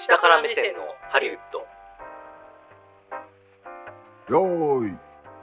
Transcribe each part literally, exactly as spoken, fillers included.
下から目線のハリウッド。 よーい。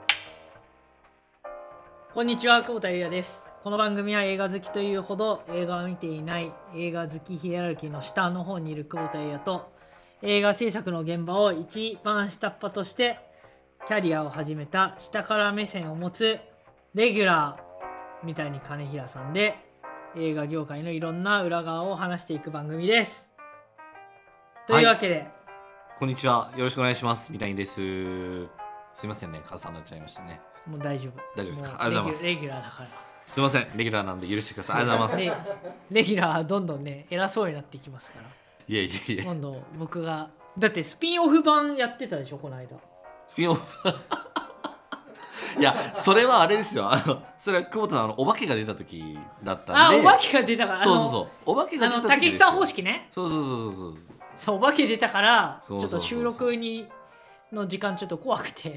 こんにちは、久保田裕也です。この番組は映画好きというほど映画を見ていない映画好きヒエラルキーの下の方にいる久保田裕也と、映画制作の現場を一番下っ端としてキャリアを始めた下から目線を持つレギュラーみたいに金平さんで、映画業界のいろんな裏側を話していく番組です。というわけで、はい、 こんにちは、よろしくお願いします。三谷です。すいませんね、重なっちゃいましたね。 もう大丈夫大丈夫ですか。ありがとうございます。 レギュラーだから。 すいません、レギュラーなんで許してください。ありがとうございます。 レギュラーどんどんね偉そうになっていきますから。 いやいやいや、 今度僕がだってスピンオフ版やってたでしょ、この間。 スピンオフいや、それはあれですよ。あのそれは久保田さんのお化けが出た時だったんで。 あ、お化けが出たから。 そうそうそう、お化けが出た時ですよ。 あの竹久方式ね。 そうそうそうそうそうそう、お化け出たからちょそうそうそうそうっと収録にの時間ちょっと怖くて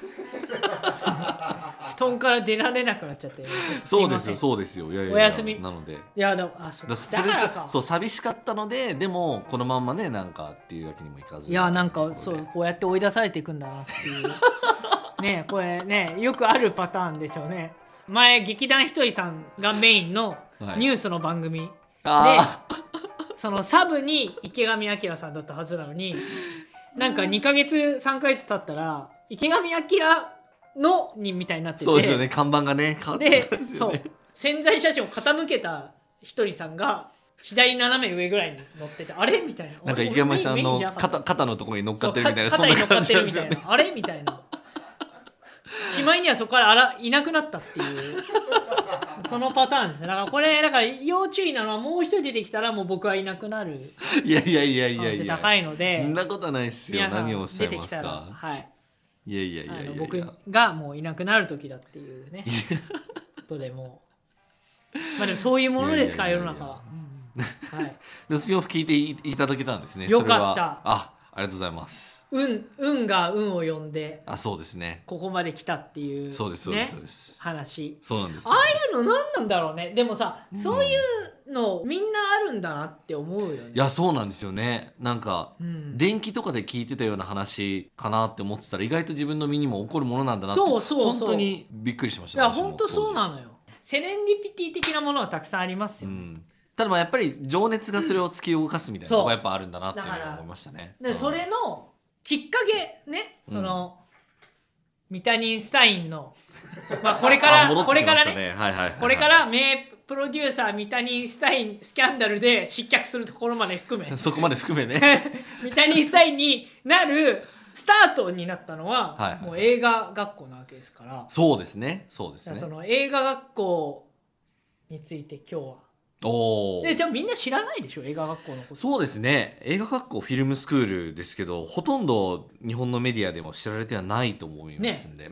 布団から出られなくなっちゃって。 そうですよそうですよ。いやいやいや、 お休みなので。 いやだあそうだだそれだからか。 そう寂しかったので、でもこのまんまねなんかっていうわけにもいかず。 いやなんかそうこうやって追い出されていくんだなっていうね、これねよくあるパターンですよね。前劇団ひとりさんがメインのニュースの番組、 はい、 でそのサブに池上彰さんだったはずなのに、なんかにかげつさんかげつ経ったら池上彰のにみたいになってて、 そうですよね、看板がね変わってたんですよね。 そう宣材写真を傾けたひとりさんが左斜め上ぐらいに乗ってて、あれみたいな、 なんか池上さんの 肩, 肩のところに乗っかってるみたいな、そんな感じなんですよね。 あれみたいなしまいにはそこからあらいなくなったっていうそのパターンですね。だからこれだから要注意なのは、もう一人出てきたらもう僕はいなくなるいやいやいやい可能性やいや、 高いので、 そんなことないっすよ。 皆さん何をおっしゃ出てきたら、 いますか。 はい、 いやいやいやいやいや、 僕がもういなくなる時だっていうねことで、もうまあでもそういうものですから、世の中は。はい、 でスピンオフ聞いて い, いただけたんですね。 よかった。 あ、ありがとうございます。 運, 運が運を呼んで、 あ、そうですね、 ここまで来たっていう、ね、 そうですそうですそうです、 話。 そうなんです。 ああいうの何なんだろうね。でもさ、うん、そういうのみんなあるんだなって思うよね。 いやそうなんですよね。なんか、うん、電気とかで聞いてたような話かなって思ってたら、意外と自分の身にも起こるものなんだなって。そうそうそう、本当にびっくりしました。 いや本当そうなのよ。セレンディピティ的なものはたくさんありますよ、うん、 ただまあやっぱり情熱がそれを突き動かすみたいなとこがやっぱあるんだなっていうのを思いましたね。 でそれのきっかけね、その、うん、ミタニンスタインの、まあ、これからこれからね、はいはいはいはい、これから名プロデューサーミタニンスタインスキャンダルで失脚するところまで含めそこまで含めねミタニンスタインになるスタートになったのは、はいはいはい、もう映画学校なわけですから。 そうですねそうですね。 その映画学校について今日は。 おで, でもみんな知らないでしょ、映画学校のこと。 そうですね、映画学校フィルムスクールですけど、ほとんど日本のメディアでも知られてはないと思いますんで、ね、うん、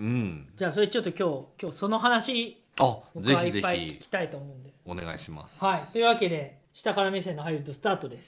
じゃあそれちょっと今日今日その話あ僕はいっぱい聞きたいと思うんで、ぜひぜひお願いします。 はい、というわけで下から目線のハリウッドスタートです。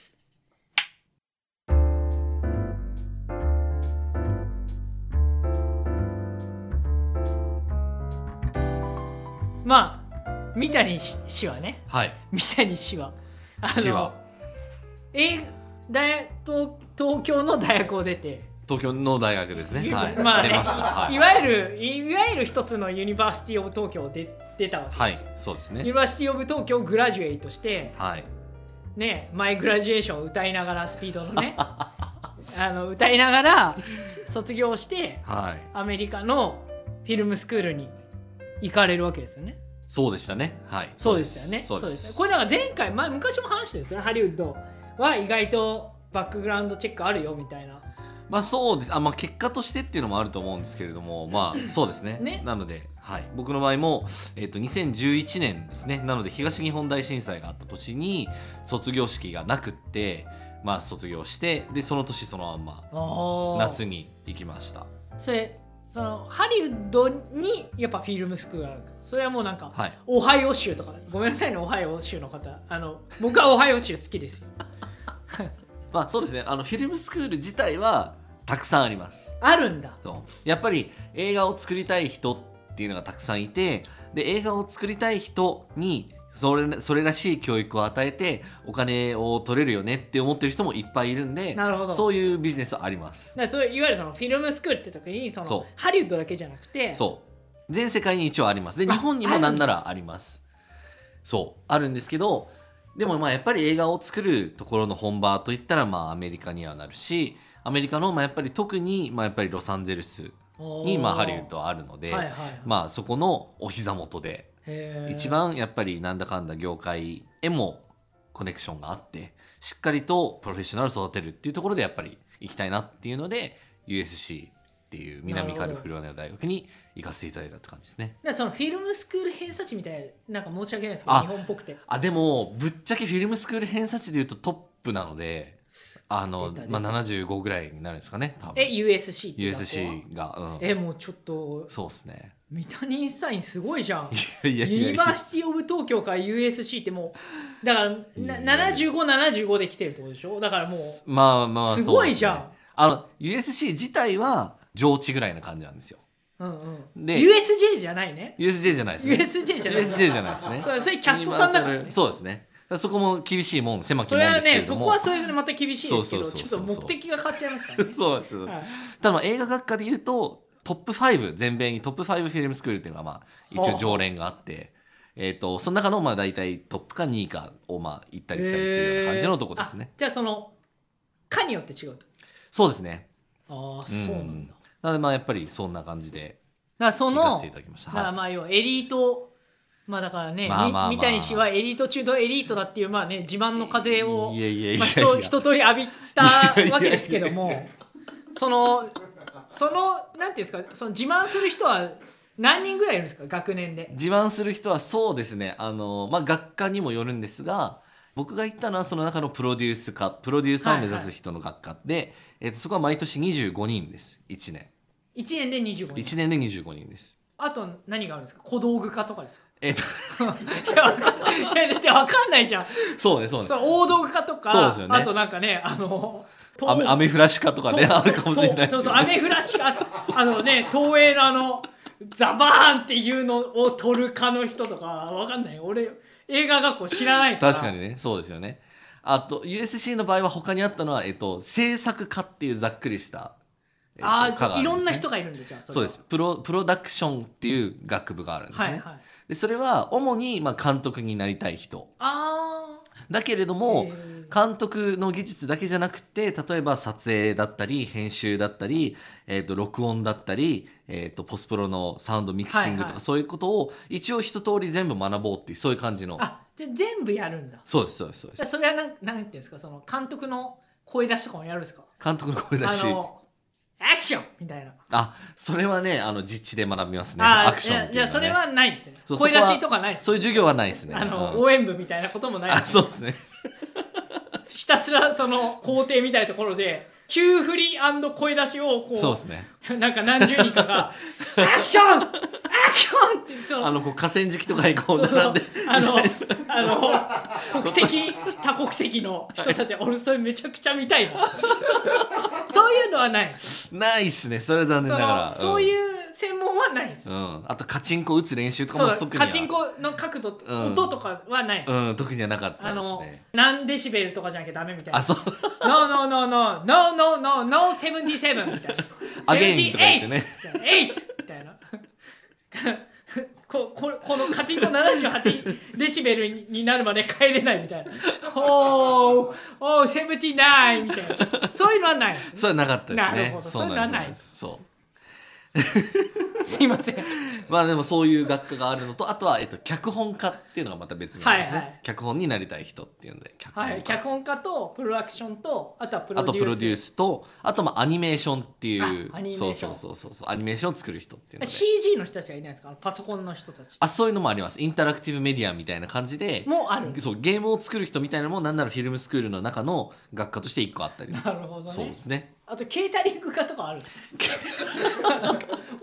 まあ三谷氏はね、 はい、 三谷氏はあの氏は大東, 東京の大学を出て、 東京の大学ですね、はい、 まあね、 出ました、はい、 いわゆるいわゆる一つのユニバーシティオブ東京を出出たわけです。 はい、そうですね。 ユニバーシティオブ東京をグラジュエイトして、 はい、 ね、マイグラジュエーションを歌いながら、スピードのねあの歌いながら卒業して、はい、アメリカのフィルムスクールに行かれるわけですよね。 そうでしたね、はい、 そうでしたよね。そうです。これだから前回、前昔も話してるんですよね。ハリウッドは意外とバックグラウンドチェックあるよみたいな。 まあそうです。あ、まあ結果としてっていうのもあると思うんですけれども、まあそうですね。 ね、 なので、はい、僕の場合も、えーと、にせんじゅういちねんですね。なので東日本大震災があった年に卒業式がなくって、まあ卒業して、でその年そのまま夏に行きました。 それそのハリウッドにやっぱフィルムスクールがある。それはもうなんか、 はい、 オハイオ州とか、ごめんなさいね、オハイオ州の方、あの僕はオハイオ州好きですよまあそうですね、あのフィルムスクール自体はたくさんあります。 あるんだ。 やっぱり映画を作りたい人っていうのがたくさんいて、で映画を作りたい人にそれそれらしい教育を与えてお金を取れるよねって思ってる人もいっぱいいるんで、 なるほど。 そういうビジネスはあります。 だからそういういわゆるそのフィルムスクールって時にそのそうハリウッドだけじゃなくて、 そう全世界に一応あります。で日本にもなんならあります。そうあるんですけど、でもまあやっぱり映画を作るところの本場といったらまあアメリカにはなるし、アメリカのまあやっぱり特にまあやっぱりロサンゼルスにまあハリウッドはあるので、 はいはいはい、 まあそこのお膝元でへ一番やっぱりなんだかんだ業界へもコネクションがあってしっかりとプロフェッショナルを育てるっていうところでやっぱり行きたいなっていうので ユーエスシー っていう南カリフォルニア大学に行かせていただいたって感じですね。 だからそのフィルムスクール偏差値みたいな、なんか申し訳ないですけど日本っぽくて、 あでもぶっちゃけフィルムスクール偏差値でいうとトップなので、あの、まあ、ななじゅうごぐらいになるんですかね多分。 え ユーエスシー っていうユーエスシー が、うん、 えもうちょっとそうですね。 三谷インスタインすごいじゃん。 いやいやいやいやユニバーシティオブ東京から ユーエスシー ってもうだからなななじゅうご、ななじゅうごで来てるってことでしょ。だからもうまあまあすごいじゃん、 ね、あの ユーエスシー 自体は上智ぐらいな感じなんですよ。 うんうん、 でユーエスジェー じゃないね。 ユーエスジェー じゃないですね。 ユーエスジェー じゃないユーエスジェー じゃないですね。 それそれキャストさんだからね。 そうですね。そこも厳しいもん、狭きもんですけれども、 それはね、そこはそれでまた厳しいですけど、ちょっと目的が変わっちゃいますからね。 そうです、はい、ただ映画学科でいうとトップファイブ、全米にトップファイブフィルムスクールっていうのがまあ一応常連があって、えー、とその中のまあ大体トップかにいかをまあ行ったり来たりするような感じのとこですね。 じゃあその科によって違うと。 そうですね。 ああ、そうなんだ。 なのでまあやっぱりそんな感じでだからその行かせていただきました。 だからまあ要はエリート、まあだからね、 まあまあまあ三谷氏はエリート中のエリートだっていうまあね自慢の風をいやいやいやいや、 まあ、一通り浴びたわけですけども、そのそのなんていうんですか、その自慢する人は何人ぐらいいるんですか、学年で。 自慢する人はそうですね、あの、まあ、学科にもよるんですが、僕が行ったのはその中のプロデュース科、プロデューサーを目指す人の学科で、はいはい、えー、とそこは毎年にじゅうごにんです。いちねんいちねんでにじゅうごにん。 いちねんでにじゅうごにんです。 あと何があるんですか、小道具科とかですか。 えっ、ー、 といや分かんないいやだって分かんないじゃん。 そうねそうね、 そう大道具科とか、 そうですよね、 あとなんかね、あのアメアメフラシ科とかねあるかもしれないですよね。 そうそうアメフラシ科、あのね東映のあのザバーンっていうのを撮る科の人とか分かんない。俺映画学校知らないから。 確かにね、そうですよね。あと ユーエスシー の場合は他にあったのは、えっと、制作科っていうざっくりした、 えっと、ああ、ね、いろんな人がいるんで、じゃあそれは。そうです、 プロ、プロダクションっていう学部があるんですね、はいはい、でそれは主にまあ監督になりたい人あだけれども、監督の技術だけじゃなくて、例えば撮影だったり編集だったり、えー、と録音だったり、えー、とポスプロのサウンドミキシングとか、はいはい、そういうことを一応一通り全部学ぼうっていうそういう感じの。 あ、じゃあ全部やるんだ。 そうですそうですそうです。 それはなんなんていうんですか、その監督の声出しとかもやるんですか。 監督の声出し、 あのアクションみたいな。 あ、それはね、あの実地で学びますね。アクションっていうのはね。 いやそれはないですね。声出しとかないです、ね、 そういう授業はないですね。 あの、うん、応援部みたいなこともないです、ね、 あ、そうですね。 ひたすらその校庭みたいなところで急振り&声出しをこう、 そうですね、なんか何十人かがアクションアクションって言って、 あのこう河川敷とかにこう並んで、 あのあの国籍多国籍の人たちは、はい、俺それめちゃくちゃ見たいな。そういうのはないです。 ないっすね、それは残念ながら。 そ, そういう専門はないです、 うん、あとカチンコ打つ練習とかも特には、 カチンコの角度、うん、音とかはないです、 うん、特にはなかったですね。あの何デシベルとかじゃなきゃダメみたいな。 あ、そう No no no no no no no no セブンティーセブンみたいなアゲインとか言ってねエイトみたいなこ, こ, このカチンコななじゅうはちデシベルになるまで帰れないみたいな。おーおーセブンティーナインみたいな、そういうのはないです、ね、 それはなかったですね。 なるほど、そういうのはないです。 そうすいません。 まあでもそういう学科があるのと、あとは、えっと、脚本家っていうのがまた別にありますね、はいはい、脚本になりたい人っていうので、脚本家、 はい、脚本家とプロダクションと、あとはプロデュース、 あとプロデュースと、あとまあアニメーションっていう、 アニメーション、 そうそうそうそう、アニメーションを作る人っていうので、 シージー の人たちはいないですか、パソコンの人たち。 あ、そういうのもあります。インタラクティブメディアみたいな感じでもうある。 そう、ゲームを作る人みたいなのもなんならフィルムスクールの中の学科としていっこあったり。 なるほどね。 そうですね。 あとケータリング科とかある。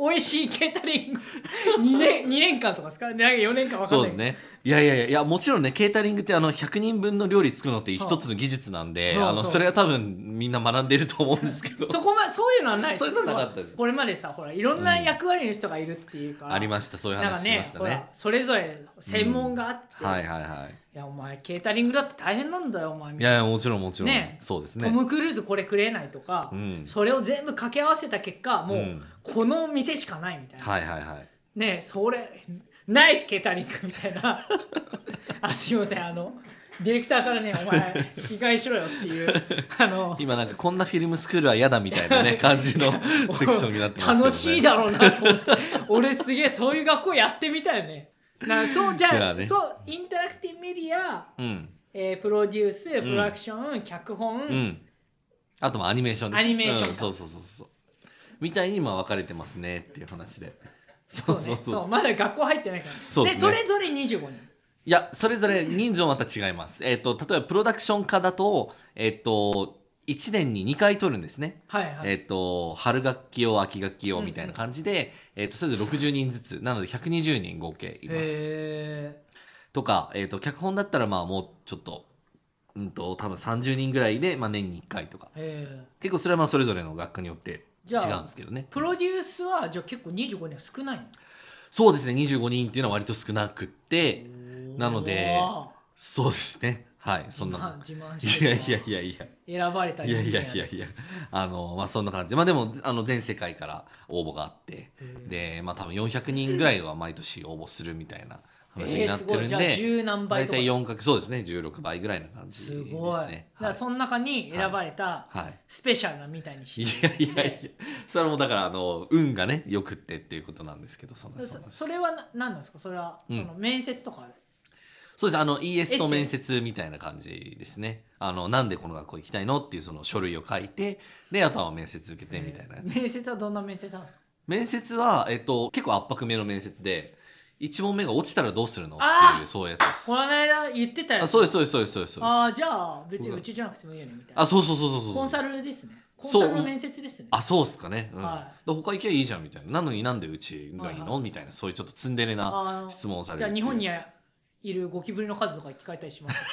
美味しいケータリングにねんにねんかんとかですか、なんかよねんかんわかんない。 そうですね。いやいやいやいや、もちろんねケータリングってあのひゃくにんぶんの料理作るのって一つの技術なんで、 はあそうあのそれは多分みんな学んでると思うんですけどそこまそういうのはないです。 そういうのはなかったです。 これまでさ、ほらいろんな役割の人がいるっていうか、 ありました、そういう話しましたね。 なんかね、ほらそれぞれ専門があって、 うん、はいはいはい。 いやお前ケータリングだって大変なんだよお前みいたいな。 やいやもちろんもちろん、 ね、 そうですね。 トム・クルーズこれ食えないとか、 うん、 それを全部掛け合わせた結果もう、うん、この店しかないみたいな。 はいはいはい。 ね、それナイスケータリングみたいなあ、すいません、あのディレクターからね、お前着替えしろよっていうあの今なんかこんなフィルムスクールは嫌だみたいなね感じのセクションになってますけど、ね、 楽しいだろうなと思って俺すげえそういう学校やってみたよね。なそうじゃあ、ね、そうインタラクティブメディア、うんえー、プロデュース、プロダクション、うん、脚本、うん、 あともアニメーションです。 アニメーション、 うん、そうそうそうそうみたいに今分かれてますねっていう話で。 そうそうそう、そうまだ学校入ってないから。 そうですね。 でそれぞれにじゅうごにん。 いやそれぞれ人数はまた違います。えっ、ー、と例えばプロダクション科だとえっ、ー、といちねんににかい取るんですね。 はいはい。 えっ、ー、と春学期用秋学期用みたいな感じで、うんうん、えっ、とそれぞれろくじゅうにんずつなのでひゃくにじゅうにん合計います。 へー。 とか、えっ、と脚本だったらまあもうちょっとうんと多分さんじゅうにんぐらいで、まあ、年にいっかいとか。結構それはまあそれぞれの学科によって違うんですけどね。 プロデュースはじゃあ結構にじゅうごにんは少ないの？ そうですね、にじゅうごにんっていうのは割と少なくってなのでそうですね、はいそんな自慢していやいやいやいや選ばれたいやいやいやいやあのまあそんな感じで、まあでもあの全世界から応募があってでまあ多分よんひゃくにんぐらいは毎年応募するみたいな話になってるんで、えー、じゃあじゅうなんばいとか大体よんかけるそうですねじゅうろくばいぐらいな感じですね。 すごい、はい、だからその中に選ばれたスペシャルなみたいにして、 はい、いやいやいやそれはもうだからあの運がねよくってっていうことなんですけど、そんなそ, それは何なんですか？それはその面接とかある、うん、 そうです、あの イーエス と面接みたいな感じですね。あのなんでこの学校行きたいのっていうその書類を書いてであとは面接受けてみたいなやつ、 えー、面接はどんな面接なんですか？ 面接は、えっと、結構圧迫めの面接でいち問目が落ちたらどうするのっていうそういうやつです。 この間言ってたやつ。 あそうですそうですそうですそうです。 あじゃあ別にうちじゃなくてもいいよねみたいな。 あそうそうそうそうそう。 コンサルですね。コンサルの面接ですね。 あそうっすかね、うんはい、 他行けばいいじゃんみたいな、なのになんでうちがいいの、はいはい、みたいなそういうちょっとツンデレな質問をされる。 じゃあ日本にいるゴキブリの数とか聞かれたりします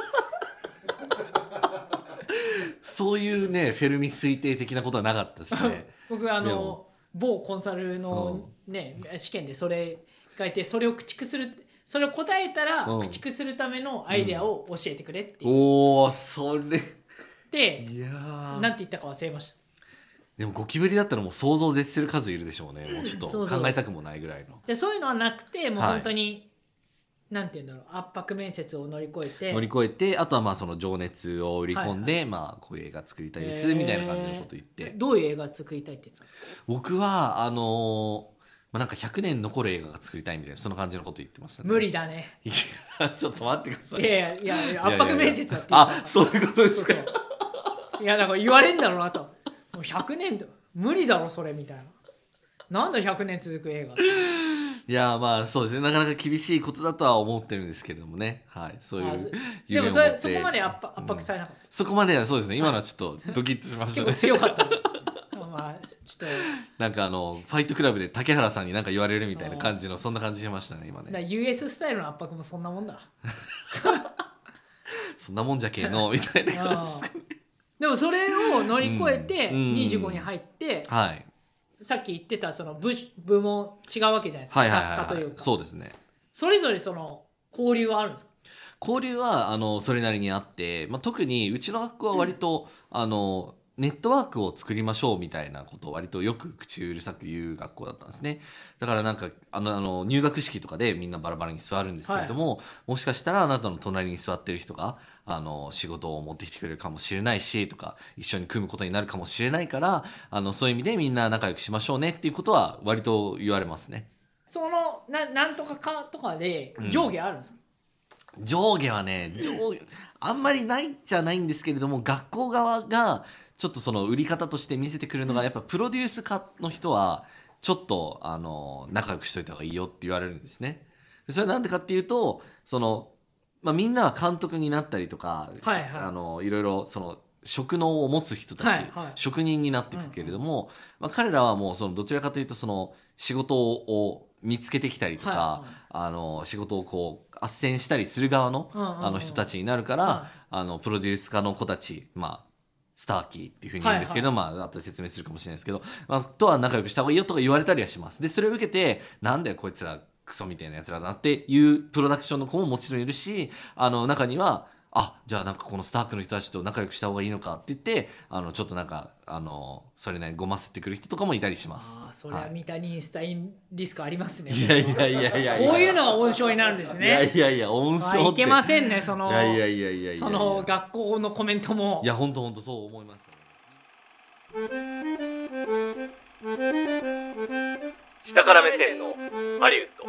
そういうねフェルミ推定的なことはなかったですね僕あの某コンサルの、ねうん、試験でそれ書いてそれを駆逐するそれを答えたら駆逐するためのアイデアを教えてくれっていう、うん、 おおそれでいやなんて言ったか忘れました。 でもゴキブリだったらもう想像を絶する数いるでしょうね。もうちょっと考えたくもないぐらいの。 じゃあそういうのはなくてもう本当に、はい、なんて言うんだろう圧迫面接を乗り越えて乗り越えてあとはまあその情熱を売り込んで、はいはい、まあこういう映画作りたいですみたいな感じのこと言って、 どういう映画作りたいって言ってたんですか？ 僕はあのーまあ、なんかひゃくねん残る映画が作りたいみたいなその感じのこと言ってましたね。 無理だね。 いやちょっと待ってください。 いやいやいや圧迫面接だってあそういうことですか。 そうそういやなんか言われんだろうなともうひゃくねんで無理だろそれみたいな。なんだひゃくねん続く映画いやまあそうですねなかなか厳しいことだとは思ってるんですけれどもね、はい、そういう夢を持って。でもそれそこまで圧迫、圧迫されなかった、うん、 そこまではそうですね今のはちょっとドキッとしましたね結構強かったまあちょっとなんかあのファイトクラブで竹原さんに何か言われるみたいな感じのそんな感じしましたね今ね。 だ ユーエス スタイルの圧迫もそんなもんだそんなもんじゃけえのみたいな感じですかね。 でもそれを乗り越えてにじゅうごに入って、 うんはい、 さっき言ってたその 部, 部門違うわけじゃないですか、 はいはいはいはい、 学科というか。 そうですね。 それぞれその交流はあるんですか？ 交流はあのそれなりにあって、まあ、特にうちの学校は割と、うん、あのネットワークを作りましょうみたいなことを割とよく口うるさく言う学校だったんですね。だからなんかあのあの入学式とかでみんなバラバラに座るんですけれども、はい、もしかしたらあなたの隣に座ってる人があの仕事を持ってきてくれるかもしれないしとか一緒に組むことになるかもしれないからあのそういう意味でみんな仲良くしましょうねっていうことは割と言われますね。 その な, なんとかかとかで上下あるんですか？ うん、上下はね上下あんまりないっちゃないんですけれども学校側がちょっとその売り方として見せてくるのがやっぱプロデュース科の人はちょっとあの仲良くしといた方がいいよって言われるんですね。それなんでかっていうとその、まあ、みんなは監督になったりとか、 はいはい、 あのいろいろその職能を持つ人たち、 はいはい、 職人になっていくけれども、うんうんまあ、彼らはもうそのどちらかというとその仕事を見つけてきたりとか、はいはい、あの仕事をこう斡旋したりする側 の,、うんうんうん、あの人たちになるから、はい、あのプロデュース家の子たち、まあ、スターキーっていうふうに言うんですけど、はいはいまあ後で説明するかもしれないですけど、まあ、とは仲良くした方がいいよとか言われたりはします。でそれを受けてなんだよこいつらクソみたいなやつらだなっていうプロダクションの子ももちろんいるし、あの中にはあじゃあなんかこのスタークの人たちと仲良くした方がいいのかって言ってあのちょっとなんかあのそれなりにごますってくる人とかもいたりします。 あそれは三谷インスタインリスクありますね。 いやいやいやいやこういうのは温床になるんですね。 いやいやいや温床っていけませんねそのいやいやいやいやいやその学校のコメントもいや本当本当そう思います、ね、 下から目線のハリウッド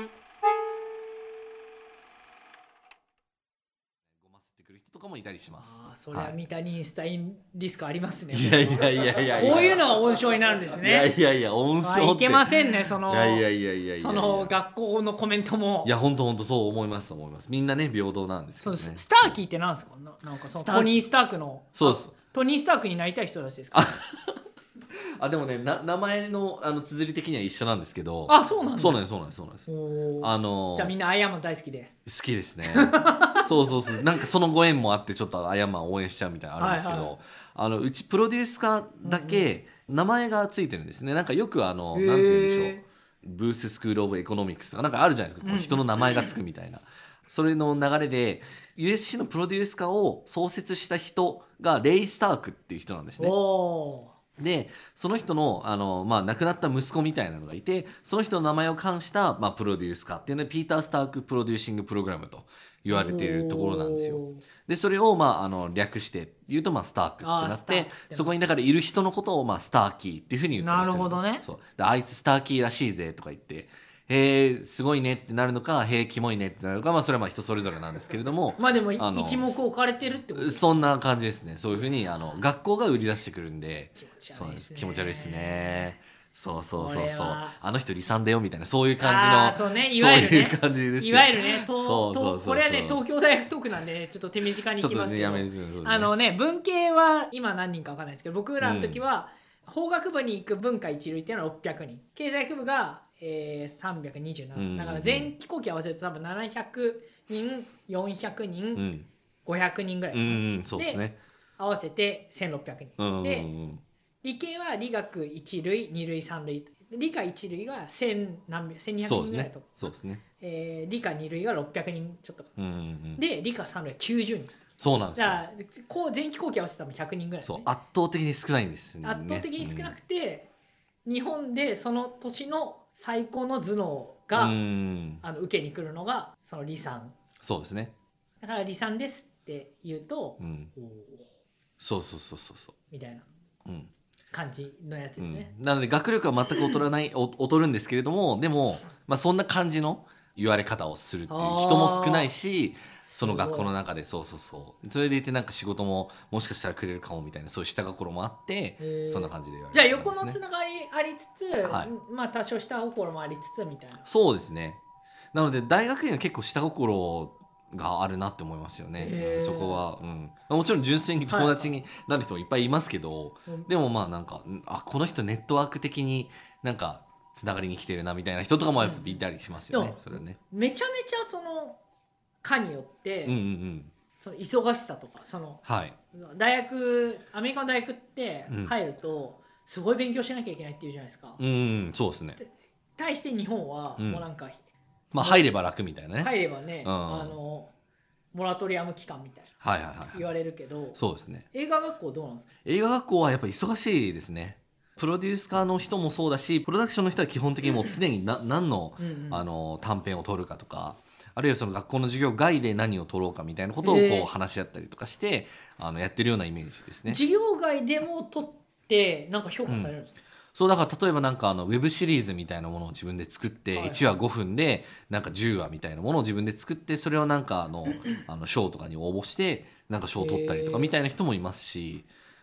とかもいたりします。 あそれは三谷インスタインリスクありますね。 いやいやいやいやこういうのは温床になるんですね。 いやいやいや温床っていけませんねそのいやいやいやいやいやその学校のコメントもいや本当本当そう思います思います。みんなね平等なんですけどね。 そうスターキーってなんですか。ななんかそのトニー・スタークのそうですトニー・スタークになりたい人たちですか。 あでもねな名前のあの綴り的には一緒なんですけど。 あそうなんだ。 そうなんですそうなんですそうなんです。あのじゃあみんなアイアンマン大好きで好きですね。そうそうそうなんかそのご縁もあってちょっとアイアンマンを応援しちゃうみたいなのあるんですけど、はいはい、あのうちプロデュース家だけ名前がついてるんですね。なんかよくあのなんて言うんでしょうブーススクールオブエコノミクスとかなんかあるじゃないですか、こう人の名前がつくみたいなそれの流れで ユーエスシー のプロデュース家を創設した人がレイ・スタークっていう人なんですね。 おでその人のあの、まあ、亡くなった息子みたいなのがいてその人の名前を冠した、まあ、プロデュース家っていうのでピーター・スタークプロデューシングプログラムと言われているところなんですよ。でそれを、まあ、あの略して言うと、まあ、スタークってなってそこにだからいる人のことを、まあ、スターキーっていうふうに言ったりする。 なるほどね。 そうであいつスターキーらしいぜとか言ってへえすごいねってなるのかへえキモいねってなるのか、まあ、それはまあ人それぞれなんですけれどもまあでも一目置かれてるってことです。 そんな感じですね。そういうふうにあの学校が売り出してくるんで気持ち悪いですね。 気持ち悪いですね。そうそうそうそうあの人離散だよみたいなそういう感じのそうねいわゆるねそういう感じですよ。 いわゆるねそうそうそうこれはね東京大学トークなんでちょっと手短にいきますけど、 ねね、 あのね文系は今何人か分かんないですけど僕らの時は、うん、法学部に行く文化一類っていうのはろっぴゃくにん経済学部がえー、さんびゃくにじゅうなな、うんうん、だから全機後期合わせると多分ななひゃくにんよんひゃくにん、うん、ごひゃくにんぐらい、 うんうん、そうですね、 で合わせてせんろっぴゃくにん、うんうんうん、で理系は理学一類二類三類理科一類がせんなんびゃくせんにひゃくにんぐらいとかそうですね、 えー、理科二類がろっぴゃくにんちょっとか、うんうんうん、で理科三類はきゅうじゅうにん。 そうなんですよ。 こう前期後期合わせたらひゃくにんぐらい、ね、 そう圧倒的に少ないんですね。 圧倒的に少なくて、うん、日本でその年の最高の頭脳があの受けに来るのがその理産。 そうですね。 だから理産ですって言うと、うん、おそうそうそうそうそうみたいな感じのやつですね、 うん、なので学力は全く劣らない劣るんですけれどもでも、まあ、そんな感じの言われ方をするっていう人も少ないしその学校の中でそうそうそうそれでいてなんか仕事ももしかしたらくれるかもみたいなそういう下心もあってそんな感じで言われて、 ね、じゃあ横のつながりありつつ、はい、まあ多少下心もありつつみたいな。 そうですね。なので大学には結構下心があるなって思いますよね。そこは、うん、もちろん純粋に友達になる人もいっぱいいますけど、はい、でもまあなんかあこの人ネットワーク的になんかつながりに来てるなみたいな人とかもやっぱいたりしますよね、うん、それねめちゃめちゃその科によって、うんうんうん、その忙しさとかその、はい、大学アメリカの大学って入るとすごい勉強しなきゃいけないっていうじゃないですか、 うん、うん、そうですね。 対して日本はもうなんか、うん、 まあ入れば楽みたいなね入ればね、うん、あのモラトリアム期間みたいな、はいはいはい、言われるけどそうですね。 映画学校どうなんですか？ 映画学校はやっぱり忙しいですね。プロデュース家の人もそうだしプロダクションの人は基本的にもう常にな何の、うんうん、あの短編を撮るかとかあるいはその学校の授業外で何を撮ろうかみたいなことをこう話し合ったりとかして、えー、あのやってるようなイメージですね。 授業外でも撮ってなんか評価されるんですか？うん、 そうだから例えばなんかあのウェブシリーズみたいなものを自分で作って、はい、いちわごふんでなんかじゅうわみたいなものを自分で作ってそれをなんかあのあの賞とかに応募してなんか賞を取ったりとかみたいな人もいますし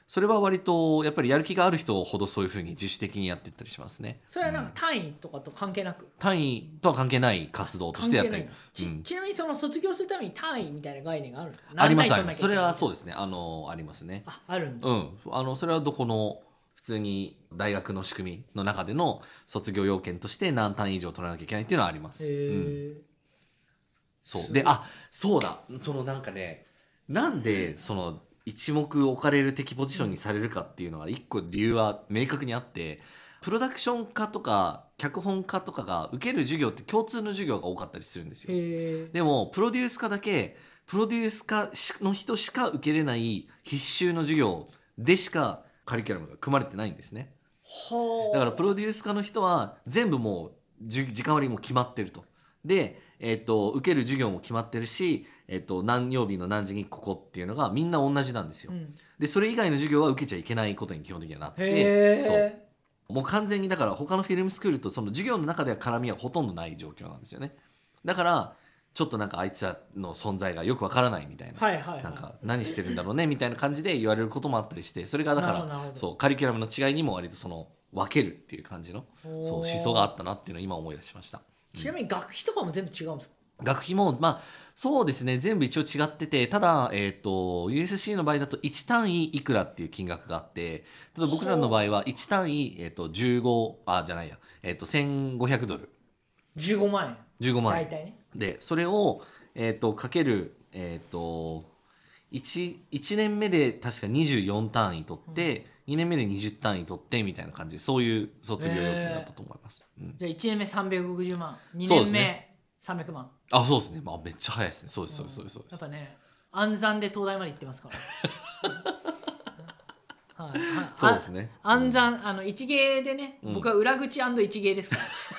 それは割とやっぱりやる気がある人ほどそういうふうに自主的にやっていったりしますね。 それはなんか単位とかと関係なく、 単位とは関係ない活動としてやったり、 ち, うん、 ちなみにその卒業するために単位みたいな概念があるの？ ありますあります。それはそうでですね、あのありますね。 ああるんだ、 うん、あのそれはどこの普通に大学の仕組みの中での卒業要件として何単位以上取らなきゃいけないっていうのはあります。 へー、 うん、そうで、あ、そうだ、そのなんかね、なんでその一目置かれる敵ポジションにされるかっていうのは一個理由は明確にあって、プロダクション科とか脚本家とかが受ける授業って共通の授業が多かったりするんですよ。 へー、 でもプロデュース科だけプロデュース科の人しか受けれない必修の授業でしかカリキュラムが組まれてないんですね。 はあ、 だからプロデュース科の人は全部もうじ時間割も決まってると。で、えー、と受ける授業も決まってるし、えー、と何曜日の何時にここっていうのがみんな同じなんですよ。 うん、ででそれ以外の授業は受けちゃいけないことに基本的にはなってて、そうもう完全にだから他のフィルムスクールとその授業の中では絡みはほとんどない状況なんですよね。だからちょっとなんかあいつらの存在がよくわからないみたいな、 はいはいはい、 なんか何してるんだろうねみたいな感じで言われることもあったりして、それがだからそうカリキュラムの違いにも割とその分けるっていう感じのそう思想があったなっていうのを今思い出しました。 ちなみに学費とかも全部違うんですか？ 学費もまあそうですね、全部一応違ってて、ただ、えー、と ユーエスシー の場合だといち単位いくらっていう金額があって、ただ僕らの場合はいち単位、えー、とじゅうごあじゃないや、えー、とせんごひゃくドルじゅうごまんえんじゅうごまんえん大体ね。 でそれを、えー、とかける、えー、と 1, いちねんめで確かにじゅうよん単位取って、うん、にねんめでにじゅう単位取ってみたいな感じで、そういう卒業要件だったと思います。 えーうん、じゃあいちねんめさんびゃくろくじゅうまん、にねんそうですめねさんびゃくまん。 あ、そうですね、まあ、めっちゃ早いですね。そうですそうですそうです、うん、 やっぱね暗算で東大まで行ってますから、はい、 そうですね、 暗算、うん、あの一芸でね、うん、僕は裏口一芸です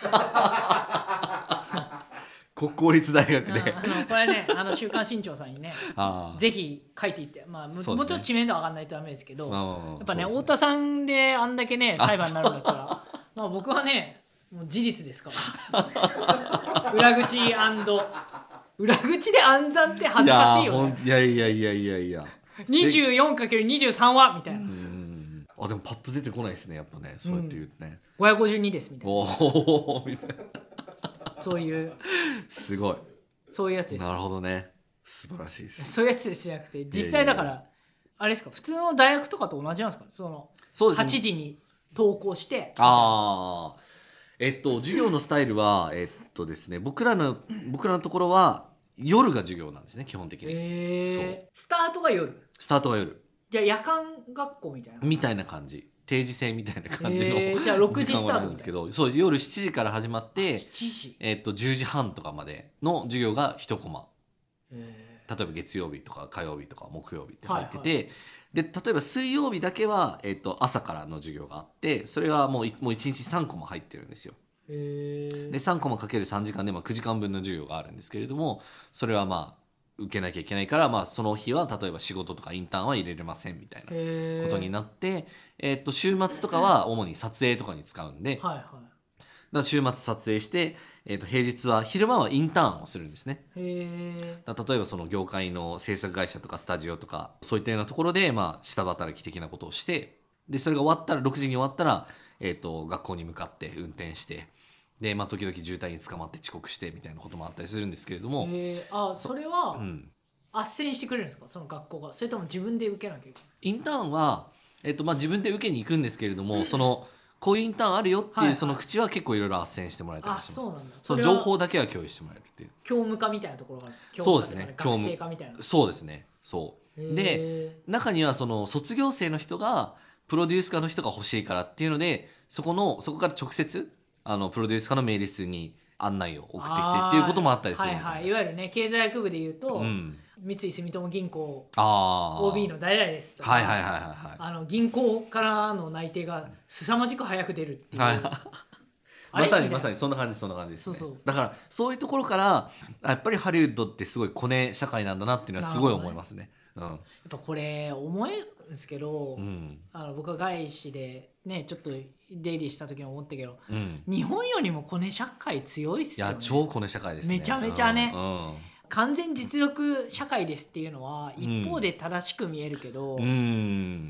から国公立大学であのこれね、あの週刊新潮さんにねぜひ書いていって、まあ、もうちょっと知名度上がらないとダメですけど、やっぱね、太田さんであんだけね裁判になるんだったらまあ僕はねもう事実ですから裏口裏口で暗算って恥ずかしいよね。 いやいやいやいやいやにじゅうよんかけるにじゅうさん はみたいな。 うんあでもパッと出てこないですね、やっぱね、そうやって言うとね、うん、 ごひゃくごじゅうにですみたいな、 おおみたいなそういうすごいそういうやつです。 なるほどね、素晴らしいです。 そういうやつじゃなくて実際だから、いやいやいやあれですか、普通の大学とかと同じなんですか？そのそうです、ね、はちじに登校してああえっと授業のスタイルはえっとですね僕らの僕らのところは夜が授業なんですね、基本的に。 えー、そうスタートが夜スタートが夜じゃあ夜間学校みたいなみたいな感じ、定時制みたいな感じの、 えー、じゃあろくじスタートなんですけど、そう夜しちじから始まってしちじ、 えっとじゅうじはんとかまでの授業がいちコマ、 えー、例えば月曜日とか火曜日とか木曜日って入ってて、はいはい、で例えば水曜日だけは、えっと朝からの授業があって、それがもうもういちにちさんコマ入ってるんですよ。 えー、 でさんコマかけるさんじかんで、まあ、くじかんぶんの授業があるんですけれども、それはまあ受けなきゃいけないから、まあ、その日は例えば仕事とかインターンは入れれませんみたいなことになって、えー、と週末とかは主に撮影とかに使うんで、 はいはい、 だから週末撮影して、えー、と平日は昼間はインターンをするんですね。 へだ例えばその業界の制作会社とかスタジオとかそういったようなところで、まあ、下働き的なことをして、でそれが終わったらろくじに終わったら、えー、と学校に向かって運転して、で、まあ、時々渋滞に捕まって遅刻してみたいなこともあったりするんですけれども、 えー、あそれは、 うん、 斡旋してくれるんですか、その学校が。それとも自分で受けなきゃいけない？ インターンは、えっとまあ、自分で受けに行くんですけれども、そのこういうインターンあるよっていうその口は結構いろいろ斡旋してもらえたりします。 あ、そうなんだ。 その情報だけは共有してもらえるっていう教務課みたいなところがあるんですか？ そうですね、 学生課みたいな。 そうですね、そうで中にはその卒業生の人がプロデュース科の人が欲しいからっていうので、そこのそこから直接あのプロデュース科のメール室に案内を送ってきてっていうこともあったりするので、 はいはい、いわゆるね経済学部でいうと、うん、三井住友銀行 オービー の誰々ですとか、 はいはいはいはい、 あの銀行からの内定が凄まじく早く出るっていう、はい、 まさにまさにそんな感じそんな感じですね。そうそう、だからそういうところからやっぱりハリウッドってすごいコネ社会なんだなっていうのはすごい思いますね。うん、やっぱこれ思うんですけど、 うん、 あの僕は外資でねちょっと出入りした時も思ったけど、 うん、 日本よりもコネ社会強いっすよね。 いや超コネ社会ですね。 めちゃめちゃね、 うんうん、 完全実力社会ですっていうのは一方で正しく見えるけど、 うん、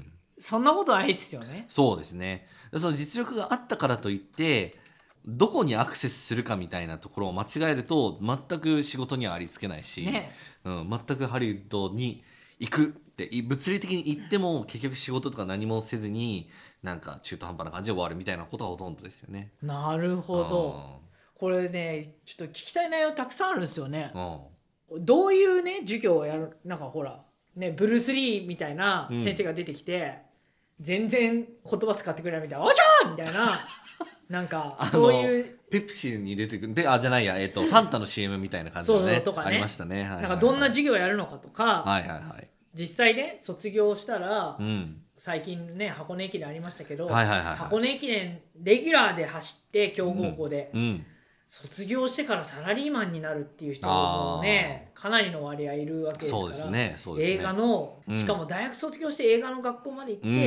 そんなことないっすよね。 そうですね。その実力があったからといってどこにアクセスするかみたいなところを間違えると全く仕事にはありつけないし、 ねうん、全くハリウッドに行くって物理的に行っても結局仕事とか何もせずになんか中途半端な感じで終わるみたいなことはほとんどですよね。 なるほど。これねちょっと聞きたい内容たくさんあるんですよね。 うん、 どういうね授業をやるなんかほらねブルース・リーみたいな先生が出てきて、うん、全然言葉使ってくれないみたいなおしゃーみたいななんかそういうペプシに出てくるであじゃないや、えー、とファンタの シーエム みたいな感じの ね, そうそうとかねありましたね、はいはいはい、 なんかどんな授業をやるのかとか、 はいはいはい、 実際ね卒業したら、 うん、 最近ね箱根駅伝ありましたけど、 はいはいはいはい、 箱根駅伝レギュラーで走って強豪校で、 うんうん、 卒業してからサラリーマンになるっていう人もねかなりの割合いるわけですから、 そうですね、そうですね、 映画のしかも大学卒業して映画の学校まで行って、うんうんうん、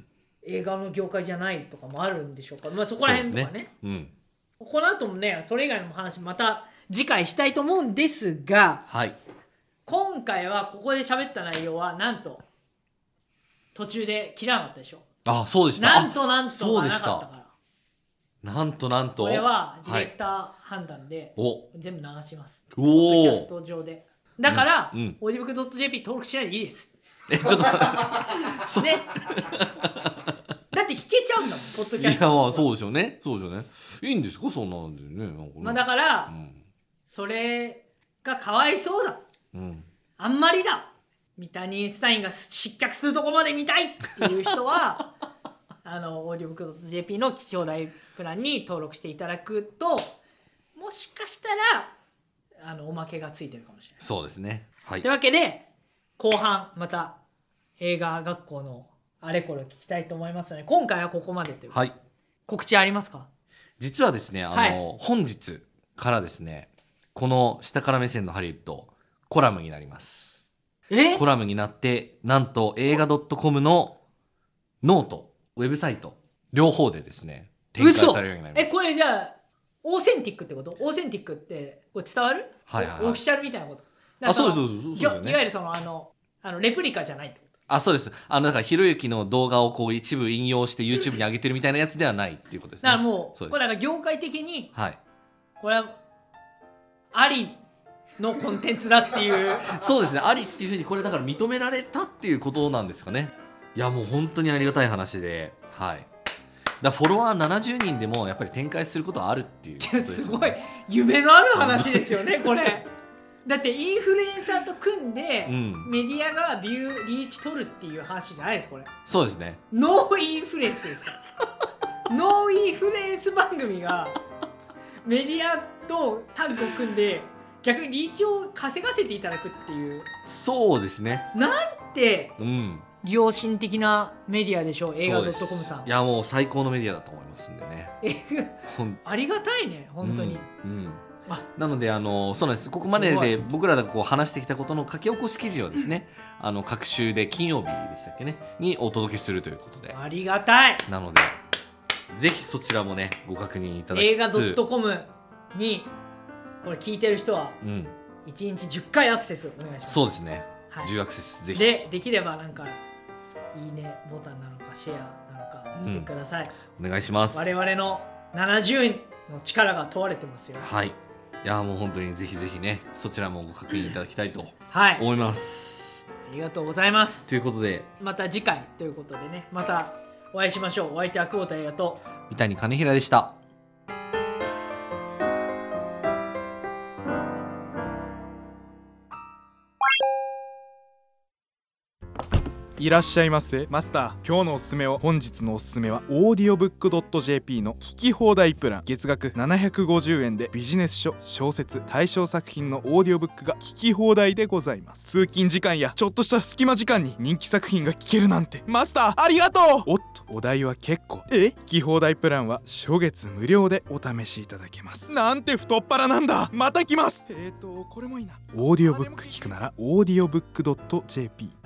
映画の業界じゃないとかもあるんでしょうか、まあ、そこら辺とか ね, ね、うん、この後もねそれ以外の話また次回したいと思うんですが、 はい、 今回はここで喋った内容はなんと途中で切らなかったでしょ。 あ、そうでした。 なんとなんとがなかったからなんとなんとこれはディレクター判断で全部流します、 はい、 ポッドキャスト上でだから、 うんうん、 オーディブック ドット ジェーピー 登録しないでいいです。 えちょっとそうねだって聞けちゃうんだもんポッドキャスト。 いやまあそうでしょうね、そうでしょうね。いいんですかそんなんでね、なんかね、 まあ、だから、 うん、 それがかわいそうだ、うん、あんまりだ三谷インスタインが失脚するとこまで見たいっていう人はあのオーディブック ドット ジェーピー の聞き放題プランに登録していただくともしかしたらあのおまけがついてるかもしれない。 そうですね、はい、 というわけで後半また映画学校のあれこれを聞きたいと思いますので今回はここまでという、 はい、 告知ありますか？ 実はですねあの、はい、本日からですねこの下から目線のハリウッドコラムになります。 えコラムになってなんと映画 .com のノートウェブサイト両方でですね展開されるようになります。 えこれじゃあオーセンティックってこと？オーセンティックってこれ伝わる？ はいはいはい、 オフィシャルみたいなこと。 あそうですそうですそうです、ね、 いわゆるそのあのあのレプリカじゃないってこと？ あそうです。あのだからひろゆきの動画をこう一部引用して YouTube に上げてるみたいなやつではないっていうことですね。 だからもうこれなんか業界的に、 はい、 これはありのコンテンツだっていうそうですねありっていうふうにこれだから認められたっていうことなんですかね。いやもう本当にありがたい話で、はい、だフォロワーななじゅうにんでもやっぱり展開することはあるっていうことですよね。 すごい夢のある話ですよねこれだってインフルエンサーと組んで、うん、メディアがビューリーチ取るっていう話じゃないですこれ。 そうですねノーインフルエンスですからノーインフルエンス番組がメディアとタッグを組んで逆にリーチを稼がせていただくっていう。 そうですねなんて、 うん、 良心的なメディアでしょう映画 .com さん。 いやもう最高のメディアだと思いますんでねありがたいね本当に、 うんうん、あなのであのそうなんです。ここまでで僕らがこう話してきたことの書き起こし記事をですねあの各週で金曜日でしたっけねにお届けするということでありがたい。 なのでぜひそちらもねご確認いただきつつ映画 .com にこれ聞いてる人はいちにちじゅっかいアクセスお願いします。 そうですね、はい、じゅうアクセスぜひでできればなんかいいねボタンなのかシェアなのかしてください、 うん、お願いします。 我々のななじゅうの力が問われてますよ。 はい、いやもう本当にぜひぜひねそちらもご確認いただきたいと思います、 はい、ありがとうございます。 ということでまた次回ということでねまたお会いしましょう。お相手は久保田映画と三谷兼平でした。 いらっしゃいませ。マスター今日のおすすめを。本日のおすすめはオーディオブック ドット ジェーピー の聞き放題プラン。月額ななひゃくごじゅうえんでビジネス書、小説、対象作品のオーディオブックが聞き放題でございます。通勤時間やちょっとした隙間時間に人気作品が聞けるなんてマスターありがとう。おっとお題は結構。え聞き放題プランは初月無料でお試しいただけます。なんて太っ腹なんだ。また来ます。えーとこれもいいな。オーディオブック聞くならオーディオブック ドット ジェーピー